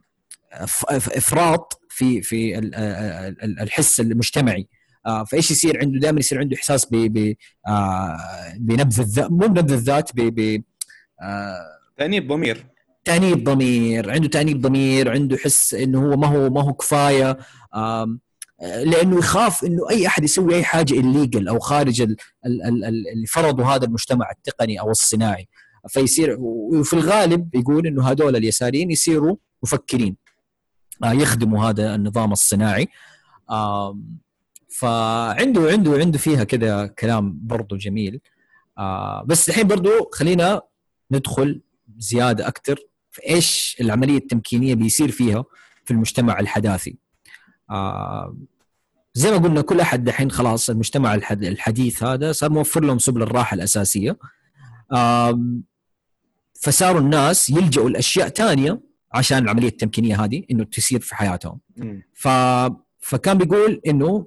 افراط في في الحس المجتمعي. آه فايش يصير عنده؟ دائما يصير عنده احساس ب ب آه بنبذ الذات، مو بنبذ الذات، ب ب آه تأنيب ضمير تأنيب ضمير عنده تأنيب ضمير، عنده حس انه هو ما هو ما هو كفايه، آه لانه يخاف انه اي احد يسوي اي حاجه الليجل او خارج اللي فرضوا هذا المجتمع التقني او الصناعي. فيصير وفي الغالب يقول انه هذول اليساريين يصيروا مفكرين آه يخدموا هذا النظام الصناعي. آه فعنده عنده عنده فيها كذا كلام برضو جميل. آه بس الحين برضو خلينا ندخل زيادة أكتر في إيش العملية التمكينية بيصير فيها في المجتمع الحداثي. آه زي ما قلنا كل أحد دحين خلاص المجتمع الحديث هذا صار موفر لهم سبل الراحة الأساسية. آه فصاروا الناس يلجأوا الأشياء تانية عشان العملية التمكينية هذه إنه تسير في حياتهم. ف فكان بيقول إنه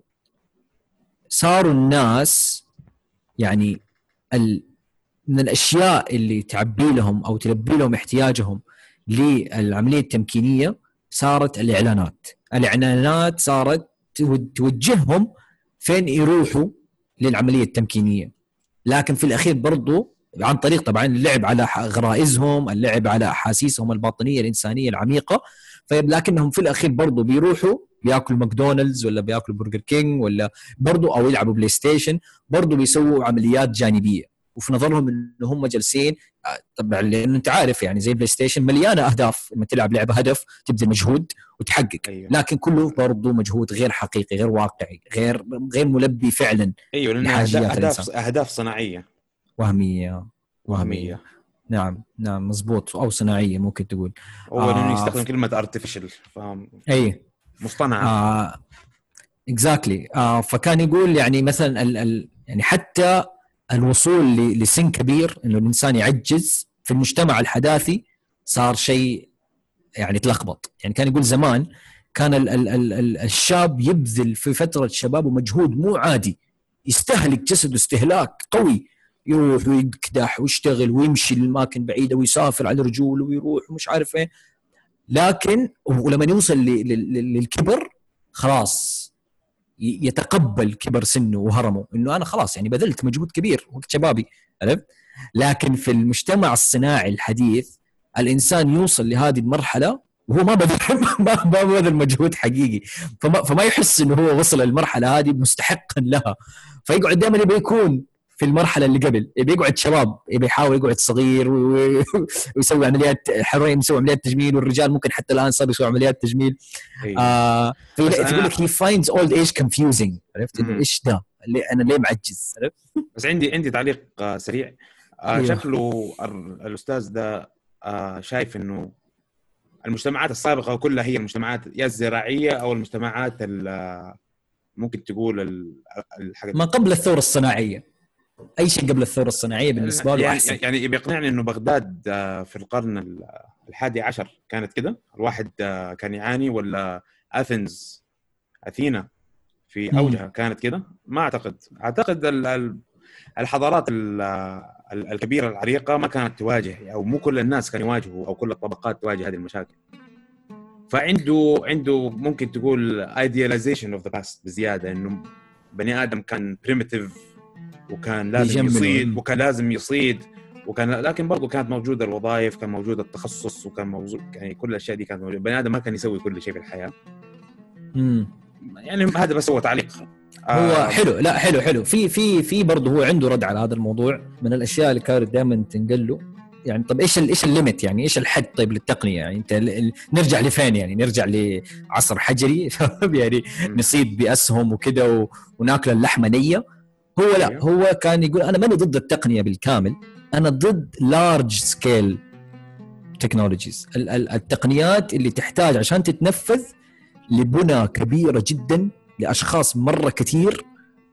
صاروا الناس يعني ال... من الأشياء اللي تعبي لهم أو تلبي لهم احتياجهم للعملية التمكينية صارت الإعلانات. الإعلانات صارت توجههم فين يروحوا للعملية التمكينية، لكن في الأخير برضو عن طريق طبعا اللعب على غرائزهم، اللعب على أحاسيسهم الباطنية الإنسانية العميقة. لكنهم في الأخير برضو بيروحوا بياكلوا ماكدونالدز ولا بياكلوا برجر كينج ولا برضو أو يلعبوا بلاي ستيشن، برضو بيسووا عمليات جانبية وفي نظرهم إنه هم جالسين. طبعا لأنه أنت عارف يعني زي بلاي ستيشن مليانة أهداف، لما تلعب لعبة هدف تبذل مجهود وتحقق. أيوة. لكن كله برضو مجهود غير حقيقي، غير واقعي، غير غير ملبي فعلا. أيوة، لأنها أهداف أهداف صناعية وهمية وهمية نعم نعم مزبوط، أو صناعية ممكن تقول. هو آه إنه يستخدم كلمة artificial، فاهم؟ أي مصطنعة. آه exactly. آه فكان يقول يعني مثلا ال ال يعني حتى الوصول لسن كبير إنه الإنسان يعجز في المجتمع الحداثي صار شيء يعني تلخبط. يعني كان يقول زمان كان ال ال ال ال الشاب يبذل في فترة شبابه مجهود مو عادي، يستهلك جسده استهلاك قوي، يروح ويكدح ويشتغل ويمشي للأماكن بعيدة ويسافر على رجوله ويروح ومش عارف ايه، لكن ولما يوصل للكبر خلاص يتقبل كبر سنه وهرمه، انه انا خلاص يعني بذلت مجهود كبير وقت شبابي، عرفت؟ لكن في المجتمع الصناعي الحديث الانسان يوصل لهذه المرحله وهو ما بذل ما بذل مجهود حقيقي، فما, فما يحس انه هو وصل للمرحله هذه مستحقا لها، فيقعد دائما يبي يكون في المرحله اللي قبل، يبي يقعد شباب، يبي يحاول يقعد صغير ويسوي عمليات حريم، يسوي عمليات تجميل، والرجال ممكن حتى الان صار يسوي عمليات تجميل. أيوة. آه فيقول لك he finds old age confusing، عرفت انه ايش ده اللي انا ليه معجز، عرفت؟ بس عندي عندي تعليق آه سريع. آه أيوة. شكله الاستاذ ده آه شايف انه المجتمعات السابقه كلها هي المجتمعات يا الزراعيه او المجتمعات ممكن تقول الحاجه ما قبل الثوره الصناعيه، اي شيء قبل الثوره الصناعيه بالنسبه له يعني احسن. يعني بيقنعني انه بغداد في القرن الحادي عشر كانت كده، الواحد كان يعاني، ولا اثينز اثينا في اوجها كانت كده؟ ما اعتقد اعتقد الحضارات الكبيره العريقه ما كانت تواجه، او مو كل الناس كانوا يواجهوا، او كل الطبقات تواجه هذه المشاكل. فعنده عنده ممكن تقول idealization of the past بزياده، انه بني ادم كان primitive وكان لازم يصيد وكان لازم يصيد وكان، لكن برضو كانت موجوده الوظائف، كان موجود التخصص، وكان موجود يعني كل الاشياء دي كانت موجوده. بني ادم ما كان يسوي كل شيء في الحياه. امم يعني هذا بس هو تعليق. هو آه حلو، لا حلو حلو في في في برضه هو عنده رد على هذا الموضوع. من الاشياء اللي كانت دائما تنقل له يعني طب ايش ايش الليمت، يعني ايش الحد طيب للتقنيه، يعني انت نرجع لفين، يعني نرجع لعصر حجري يعني نصيد باسهم وكده وناكل اللحمه نيه؟ هو لا، هو كان يقول انا ماني ضد التقنيه بالكامل، انا ضد لارج سكيل تكنولوجيز، التقنيات اللي تحتاج عشان تتنفذ لبنى كبيره جدا لاشخاص مره كثير،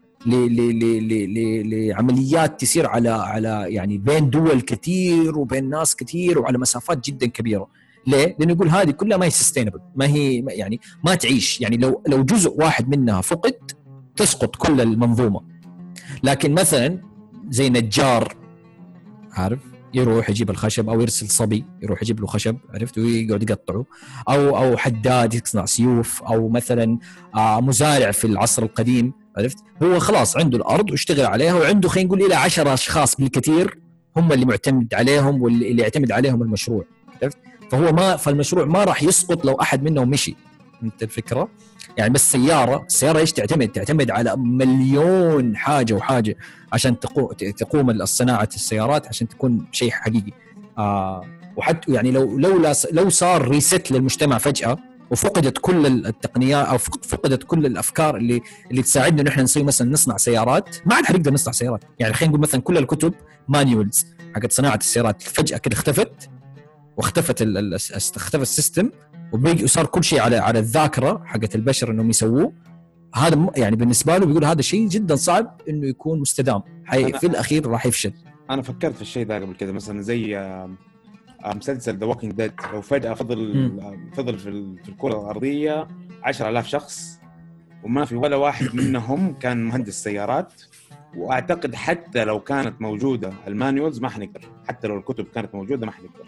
لعمليات تسير على على يعني بين دول كثير وبين ناس كثير وعلى مسافات جدا كبيره. ليه؟ لانه يقول هذه كلها ما هي سستينبل، ما هي يعني ما تعيش، يعني لو لو جزء واحد منها فقد تسقط كل المنظومه. لكن مثلا زي نجار، عارف، يروح يجيب الخشب، او يرسل صبي يروح يجيب له خشب، عرفت، ويقعد يقطعه، او او حداد يصنع سيوف، او مثلا مزارع في العصر القديم، عرفت، هو خلاص عنده الارض واشتغل عليها، وعنده خلينا نقول الى عشرة اشخاص بالكثير هم اللي معتمد عليهم واللي يعتمد عليهم المشروع، عرفت، فهو ما فالمشروع ما راح يسقط لو احد منهم مشي. انت الفكره يعني بس سياره السياره ايش تعتمد تعتمد على مليون حاجه وحاجه عشان تقوم تقوم الصناعه السيارات عشان تكون شيء حقيقي. آه وحتى يعني لو لو لو صار ريست للمجتمع فجاه وفقدت كل التقنيات او فقدت كل الافكار اللي اللي تساعدنا انه احنا نسوي مثلا نصنع سيارات، ما عاد حنقدر نصنع سيارات. يعني خلينا نقول مثلا كل الكتب مانيولز حقت صناعه السيارات فجاه كده اختفت، واختفت ال اختفى السيستم، وبيجي وصار كل شيء على على الذاكره حقت البشر انهم يسووه. هذا يعني بالنسبه له بيقول هذا شيء جدا صعب انه يكون مستدام، حي في الاخير راح يفشل. انا فكرت في الشيء ده قبل كده، مثلا زي مسلسل ذا ووكينج ديد، لو فجاه فضل م. فضل في, في الكره الارضيه عشرة آلاف شخص وما في ولا واحد منهم كان مهندس سيارات، واعتقد حتى لو كانت موجوده المانيولز ما حنقدر، حتى لو الكتب كانت موجوده ما حنقدر.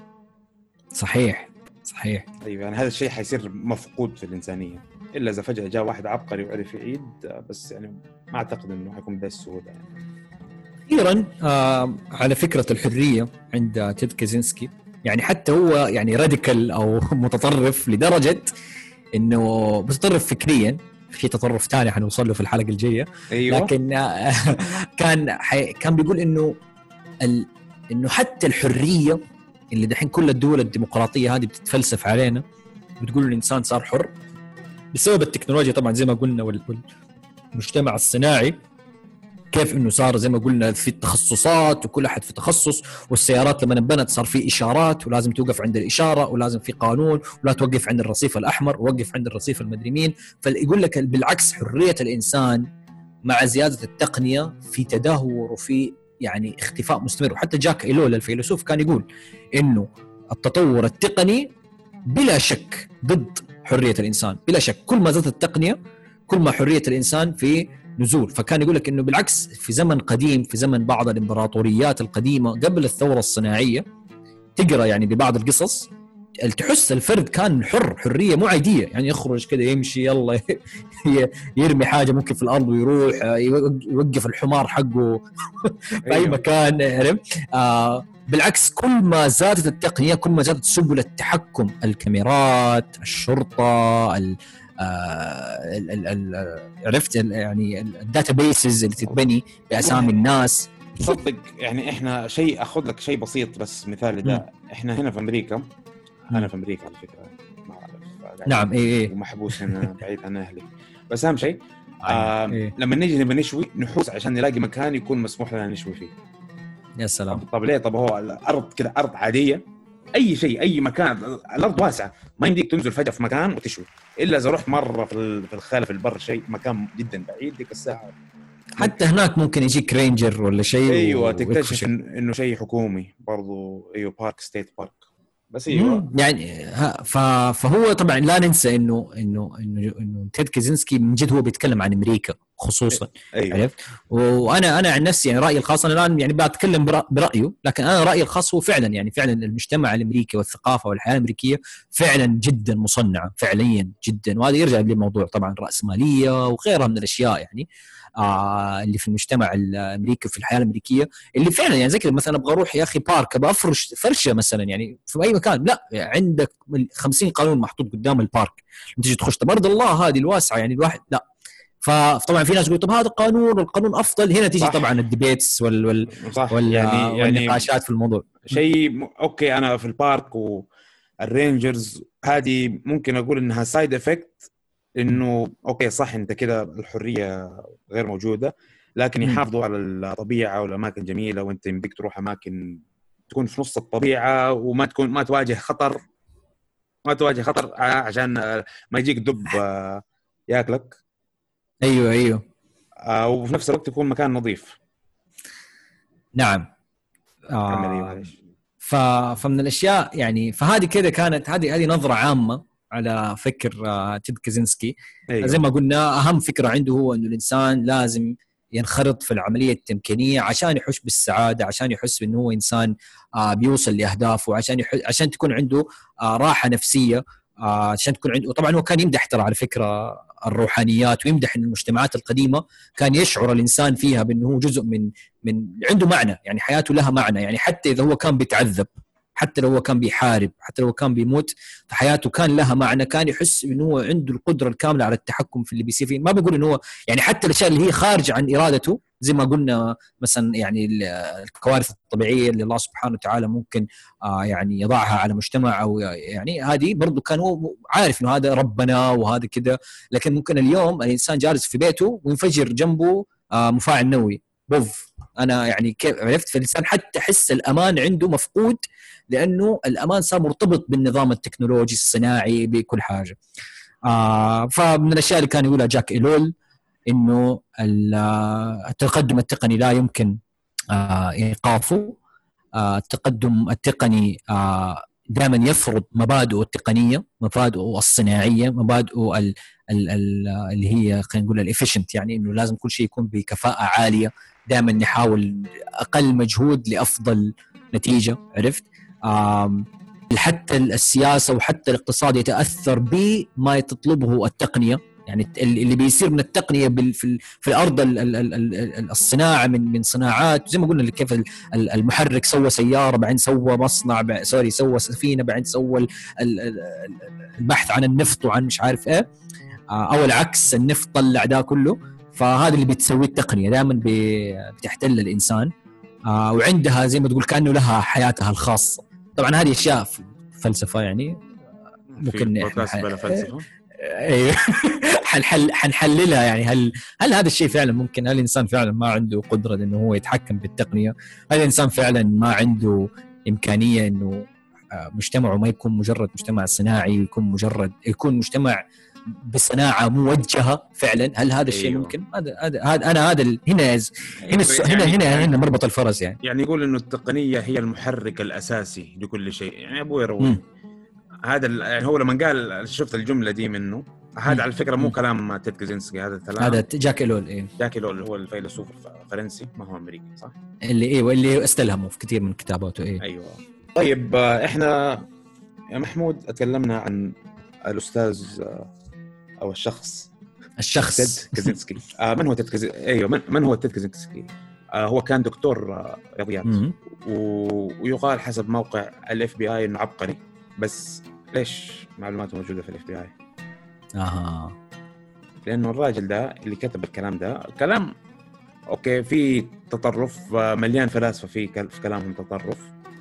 صحيح صحيح. ايوه يعني هذا الشيء حيصير مفقود في الانسانيه، الا اذا فجاه جاء واحد عبقري وعرف يعيد، بس يعني ما اعتقد انه حيكون بهذه السهوله يعني. اخيرا آه على فكره الحريه عند تيد كازينسكي، يعني حتى هو يعني راديكال او متطرف لدرجه انه متطرف فكريا، في تطرف ثاني حنوصل له في الحلقه الجايه. أيوة. لكن آه كان كان بيقول انه ال... انه حتى الحريه اللي دحين كل الدول الديمقراطيه هذه بتتفلسف علينا، بتقول الانسان صار حر بسبب التكنولوجيا طبعا زي ما قلنا والمجتمع الصناعي، كيف انه صار زي ما قلنا في التخصصات وكل احد في تخصص، والسيارات لما انبنت صار في اشارات ولازم توقف عند الاشاره، ولازم في قانون ولا توقف عند الرصيف الاحمر ووقف عند الرصيف المدري مين. فيقول لك بالعكس حريه الانسان مع زياده التقنيه في تدهور وفي يعني اختفاء مستمر. وحتى جاك إيلول الفيلسوف كان يقول انه التطور التقني بلا شك ضد حريه الانسان، بلا شك كل ما زادت التقنيه كل ما حريه الانسان في نزول. فكان يقول لك انه بالعكس في زمن قديم، في زمن بعض الامبراطوريات القديمه قبل الثوره الصناعيه، تقرا يعني ببعض القصص تحس الفرد كان حر، حريه مو عاديه، يعني يخرج كذا يمشي يلا يرمي حاجه ممكن في الارض ويروح يوقف الحمار حقه في اي مكان، عرفت؟ آه بالعكس كل ما زادت التقنيه كل ما زادت سبل التحكم، الكاميرات، الشرطه، ال ال ال ال عرفت يعني الداتا بيسز اللي تتبني باسامي الناس. صدق يعني احنا شيء اخذ لك شيء بسيط بس مثال ده، احنا هنا في امريكا، انا في امريكا على فكره ما اعرف، نعم ايه ايه ومحبوس هنا بعيد عن اهلي، بس اهم شيء آه إيه؟ لما نيجي نبي نشوي نحوس عشان نلاقي مكان يكون مسموح لنا نشوي فيه. يا سلام. طب, طب ليه؟ طب هو الارض كده ارض عاديه، اي شيء اي مكان، الارض واسعه ما يمديك تنزل فجاه في مكان وتشوي الا اذا رحت مره في في الخلف البر شيء مكان جدا بعيد ديك الساعه. حتى هناك ممكن يجيك رينجر ولا شيء ايوه تكتشف انه شيء حكومي برضو، ايوه بارك ستيت بارك بس ايوه يعني فهو طبعا لا ننسى انه انه انه انه تيد كازينسكي من جد هو بيتكلم عن امريكا خصوصا. أيوة. عرفت؟ وانا انا عن نفسي يعني رايي الخاص، انا الان يعني بتكلم برايه، لكن انا رايي الخاص هو فعلا يعني فعلا المجتمع الامريكي والثقافه والحياه الامريكيه فعلا جدا مصنعه فعليا جدا، وهذا يرجع لموضوع طبعا الراسماليه وغيرها من الاشياء يعني آه اللي في المجتمع الامريكي في الحياه الامريكيه، اللي فعلا يعني زي كذا مثلا ابغى اروح يا اخي بارك ابغى افرش فرشه مثلا يعني في اي مكان، لا يعني عندك خمسين قانون محطوط قدام البارك تيجي تخش تبارك الله هذه الواسعه يعني الواحد لا. فطبعا في ناس يقول طب هذا قانون والقانون افضل، هنا تيجي صح. طبعا الديبيتس وال وال, وال يعني والنقاشات يعني في الموضوع شيء م... اوكي انا في البارك والرينجرز هذه ممكن اقول انها سايد افكت، انه اوكي صح انت كده الحريه غير موجوده، لكن يحافظوا على الطبيعه والاماكن جميله، وانت يمديك تروح اماكن تكون في نص الطبيعه وما تكون ما تواجه خطر ما تواجه خطر عشان ما يجيك دب ياكلك. ايوه ايوه آه وفي نفس الوقت يكون مكان نظيف. نعم آه ف... فمن الاشياء يعني فهذه كده كانت هذه هذه نظره عامه على فكر آه تيد كازينسكي. أيوة. زي ما قلنا اهم فكره عنده هو انه الانسان لازم ينخرط في العمليه التمكينيه عشان يحس بالسعاده، عشان يحس بانه هو انسان آه بيوصل لاهدافه، عشان يحس عشان تكون عنده آه راحه نفسيه، آه عشان تكون عنده. طبعا هو كان يمدح ترى على فكره الروحانيات، ويمدح ان المجتمعات القديمه كان يشعر الانسان فيها بانه هو جزء من من عنده معنى، يعني حياته لها معنى، يعني حتى اذا هو كان بيتعذب، حتى لو هو كان بيحارب، حتى لو هو كان بيموت، فحياته كان لها معنى، كان يحس انه هو عنده القدره الكامله على التحكم في اللي بيصير فيه. ما بقول انه هو يعني حتى الاشياء اللي هي خارجه عن ارادته زي ما قلنا مثلا يعني الكوارث الطبيعيه اللي الله سبحانه وتعالى ممكن آه يعني يضعها على مجتمع، او يعني هذه برضو كان هو عارف انه هذا ربنا وهذا كده، لكن ممكن اليوم الانسان جالس في بيته وينفجر جنبه آه مفاعل نووي بوف، انا يعني كيف عرفت؟ فالانسان حتى حس الامان عنده مفقود، لانه الامان صار مرتبط بالنظام التكنولوجي الصناعي بكل حاجه. آه فمن الاشياء اللي كان يقولها جاك إيلول انه التقدم التقني لا يمكن آه ايقافه، آه التقدم التقني آه دائما يفرض مبادئه التقنيه، مبادئه الصناعيه، مبادئه ال ال ال اللي هي خلينا نقول الافيشنت، يعني انه لازم كل شيء يكون بكفاءه عاليه، دائما نحاول اقل مجهود لافضل نتيجه. عرفت؟ حتى السياسه وحتى الاقتصاد يتاثر بما تطلبه التقنيه، يعني اللي بيصير من التقنيه في في الارض الصناعه من من صناعات زي ما قلنا كيف المحرك سوى سياره بعدين سوى مصنع سوري سوى سفينه بعدين سوى البحث عن النفط وعن مش عارف ايه، او العكس النفط طلع ده كله. فهذا اللي بتسويه التقنيه دائما بتحتل الانسان وعندها زي ما تقول كانه لها حياتها الخاصه. طبعا هذه اشياء فلسفه يعني ممكن بودكاست بلا فلسفه ايوه حنحل حنحللها يعني. هل هل هذا الشيء فعلا ممكن؟ هل الانسان فعلا ما عنده قدره انه هو يتحكم بالتقنيه؟ هل الانسان فعلا ما عنده امكانيه انه مجتمعه ما يكون مجرد مجتمع صناعي، يكون مجرد يكون مجتمع بصناعه موجهه فعلا؟ هل هذا الشيء أيوه. ممكن؟ هذا هذا هذا انا هذا ال... هنا هنا الس... يعني هنا هنا يعني هنا مربط الفرس يعني. يعني يقول انه التقنيه هي المحرك الاساسي لكل شيء. يعني ابوي روي هذا ال... يعني هو لما قال شفت الجمله دي منه، هذا على فكره مو كلام تيد كازينسكي، هذا كلام هذا جاك إلول. إيه؟ جاك إلول هو الفيلسوف الفرنسي، ما هو امريكي صح؟ اللي ايه واللي استلهمه في كثير من كتاباته. ايه ايوه. طيب احنا يا محمود اتكلمنا عن الاستاذ او الشخص الشخص تيد كازينسكي. آه من هو تيد كازينسكي؟ ايوه من, من هو تيد كازينسكي؟ آه هو كان دكتور آه رياضيات و... ويقال حسب موقع الاف بي اي انه عبقري. بس ليش معلوماته موجوده في الاف بي اي؟ اها لانه الراجل ده اللي كتب الكلام ده كلام اوكي في تطرف، مليان فلاسفه في في كلامهم تطرف.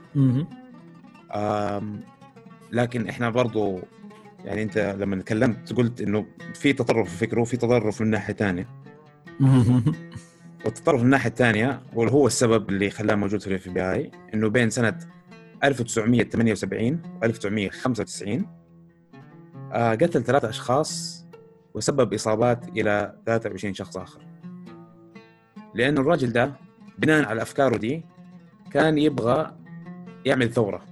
امم لكن احنا برضو يعني انت لما تكلمت قلت انه في تطرف في فكره وفي تطرف من ناحيه ثانيه. والتطرف من الناحيه الثانيه هو السبب اللي خلاه موجود في الاف بي اي، انه بين سنه ألف وتسعمية وثمانية وسبعين و ألف وتسعمية وخمسة وتسعين آه قتل ثلاثة اشخاص وسبب اصابات الى ثلاثة وعشرين شخص اخر. لانه الراجل ده بناء على افكاره دي كان يبغى يعمل ثوره،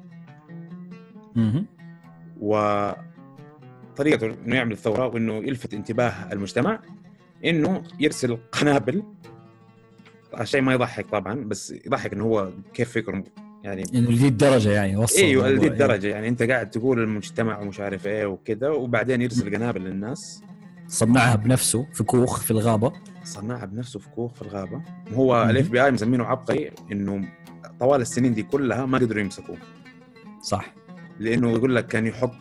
وطريقته انه يعمل ثوره وانه يلفت انتباه المجتمع انه يرسل قنابل. الشيء ما يضحك طبعا، بس يضحك انه هو كيف فكره يعني انه لدي الدرجه يعني وصل. ايوه لدي الدرجه يعني انت قاعد تقول المجتمع ومش عارف ايه وكذا، وبعدين يرسل قنابل للناس. صنعها بنفسه في كوخ في الغابه. صنعها بنفسه في كوخ في الغابه. هو الاف بي اي مسمينه عبقري انه طوال السنين دي كلها ما قدروا يمسكوه. صح. لانه يقول لك كان يحط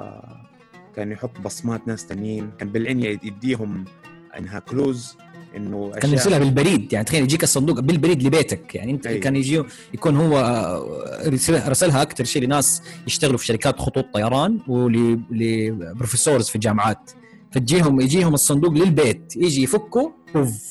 كان يحط بصمات ناس تانيين، كان بالعنية يديهم انها كلوز انه كان يرسلها بالبريد. يعني تخيل يجيك الصندوق بالبريد لبيتك يعني انت. أيوة. كان يجي يكون هو رسلها اكثر شيء لناس يشتغلوا في شركات خطوط طيران ولبروفيسورز في الجامعات، فتجيهم يجيهم الصندوق للبيت يجي يفكوا اوف.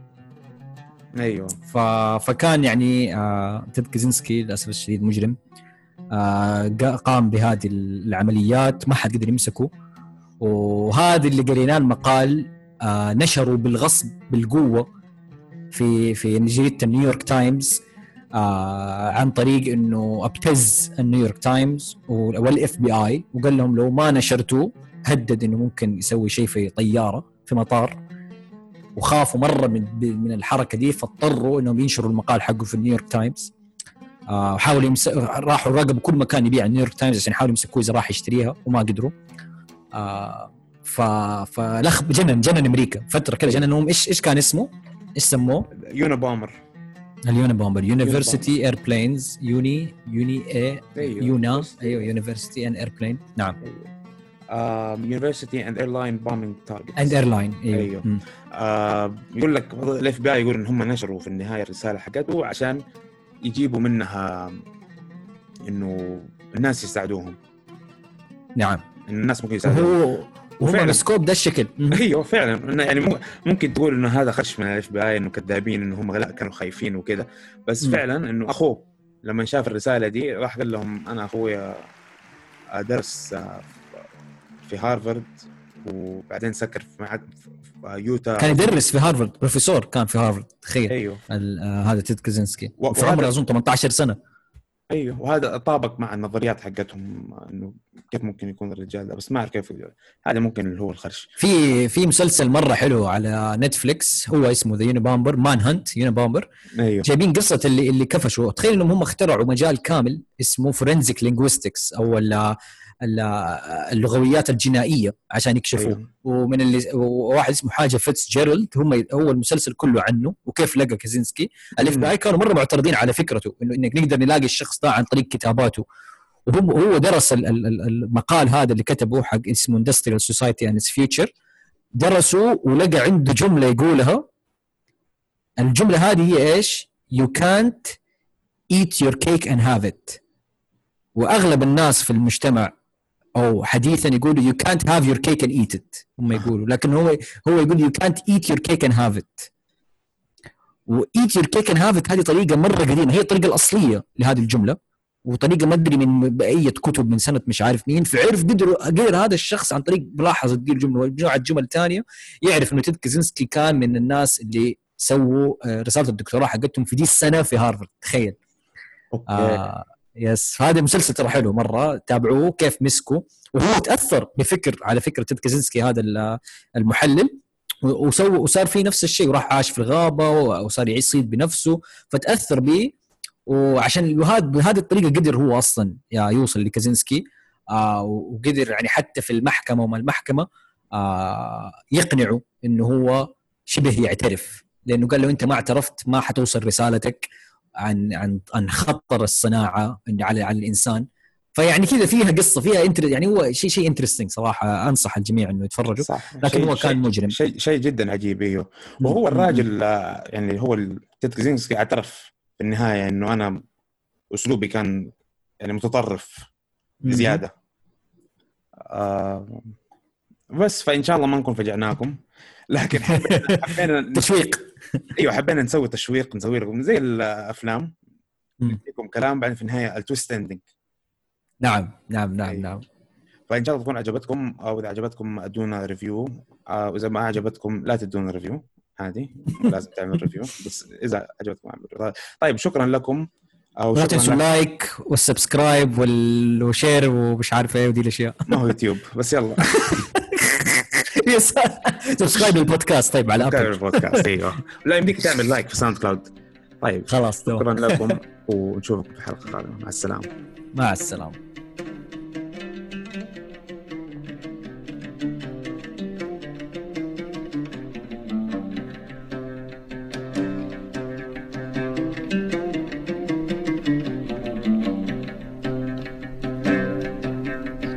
ايوه. ف... فكان يعني آه... تيد كازينسكي للاسف الشديد مجرم. آه... قام بهذه العمليات ما حد قدر يمسكه. وهذا اللي قريناه المقال آه نشروا بالغصب بالقوة في في جريدة نيويورك تايمز آه عن طريق انه ابتز النيويورك تايمز والاف بي اي، وقال لهم لو ما نشرتوه هدد انه ممكن يسوي شيء في طيارة في مطار، وخافوا مرة من من الحركة دي فاضطروا انهم ينشروا المقال حقه في النيويورك تايمز. آه وحاولوا يمس... راحوا راقبوا كل مكان يبيع النيويورك تايمز عشان يحاولوا يمسكوه اذا راح يشتريها وما قدروا. آه ف فلخ جنن جنن امريكا فتره كده جننهم. ايش ايش كان اسمه؟ ايش سموه؟ يونا بومبر. اليونا بومبر يونيفرسيتي ايربلينز يوني يوني اي يونا ايوه يونيفرسيتي اند ايربلين. نعم يونيفرسيتي اند ايرلاين بومبينج تارجت اند ايرلاين. ايوه, أيوه. آه يقول لك الاف بي اي يقول ان هم نشروا في النهايه الرساله حقته عشان يجيبوا منها انه الناس يساعدوهم. نعم الناس ممكن يساعدوهم وهم مسكوب ده الشكل. ايوه فعلا. يعني ممكن تقول انه هذا خش من الاف بي اي انه كذابين انه هم لا كانوا خايفين وكذا، بس م. فعلا انه اخوه لما شاف الرساله دي راح قال لهم انا اخويا درس في هارفارد وبعدين سكر في يوتا. كان يدرس في هارفارد، بروفيسور كان في هارفارد تخيل. ايوه هذا تيد كازينسكي وفي عمره اظن ثمانية عشر سنه. ايوه وهذا طابق مع النظريات حقتهم انه كيف ممكن يكون الرجال ده، بس ما اعرف كيف. هذا ممكن اللي هو الخرش. في في مسلسل مره حلو على نتفليكس هو اسمه ذا يونيبامبر مان هانت يونيبامبر. أيوه. جايبين قصه اللي اللي كفشوا. تخيل انهم هم اخترعوا مجال كامل اسمه فورنزيك لينغويستكس او اللغويات الجنائيه عشان يكشفوه. أيوه. ومن اللي واحد اسمه حاجه فيتس جيرالد هم هو المسلسل كله عنه وكيف لقى كازينسكي. الاف بي اي كانوا مره معترضين على فكرته انه انك نقدر نلاقي الشخص ده عن طريق كتاباته. وهو هو درس المقال هذا اللي كتبه حق اسمه Industrial Society and its Future، درسه ولقى عنده جمله يقولها. الجمله هذه هي ايش؟ You can't eat your cake and have it. واغلب الناس في المجتمع او حديثا يقولوا you can't have your cake and eat it هم يقولوا, لكن هو هو يقول you can't eat your cake and have it. و eat your cake and have it هذه طريقة مرة قديمة, هي الطريقة الأصلية لهذه الجملة, وطريقة ما أدري من بأية كتب من سنة مش عارف مين, فعرف قدر قدر هذا الشخص عن طريق ملاحظة دي الجملة ومجموعة جمل تانية يعرف إنه تيد كازينسكي كان من الناس اللي سووا رسالة الدكتوراه حقتهم في دي السنة في هارفارد. تخيل. أوكي. آه يس, هذا مسلسل ترى حلو مرة, تابعوه كيف مسكوا, وهو تأثر بفكر على فكرة تيد كازينسكي هذا المحلل, وسوى وصار فيه نفس الشيء, وراح عاش في الغابة وصار يصيد بنفسه, فتأثر به, وعشان بهذه الطريقة قدر هو أصلا يا يوصل لكازينسكي, آه وقدر يعني حتى في المحكمة وما المحكمة آه يقنعه إنه هو شبه يعترف, لأنه قال له أنت ما اعترفت ما حتوصل رسالتك عن عن عن خطر الصناعة على على الإنسان. فيعني كذا فيها قصة فيها انتر, يعني هو شيء شيء انترستينج صراحة, أنصح الجميع إنه يتفرجوا. صح. لكن هو كان مجرم, شيء شيء جدا عجيب. ايوه, وهو الراجل يعني هو تيد كازينسكي اعترف في النهاية إنه أنا أسلوبي كان يعني متطرف بزيادة. آه بس فإن شاء الله ما نكون فجعناكم, لكن حبينا, حبينا تشويق. أيوة حبينا نسوي تشويق, نسوي لكم زي الأفلام نديكم كلام بعدين في النهاية التويست اندنج. نعم نعم نعم أيوة. نعم. فإن شاء الله تكون عجبتكم, أو إذا عجبتكم أدونا ريفيو, أو إذا ما عجبتكم لا تدونا ريفيو, عادي لازم تعمل ريفيو, بس إذا عجبتكم عمل ريفيو. طيب شكرا لكم, أو لا تنسوا اللايك والسبسكرايب والشير ومش عارف ايه ودي الاشياء. ما هو يوتيوب بس يلا. سبسكرايب للبودكاست. طيب على ابل البودكاست. ايوه لا يمديك تعمل لايك في ساوند كلاود. طيب خلاص شكرا لكم ونشوفكم في الحلقه القادمه. مع السلامه. مع السلامه.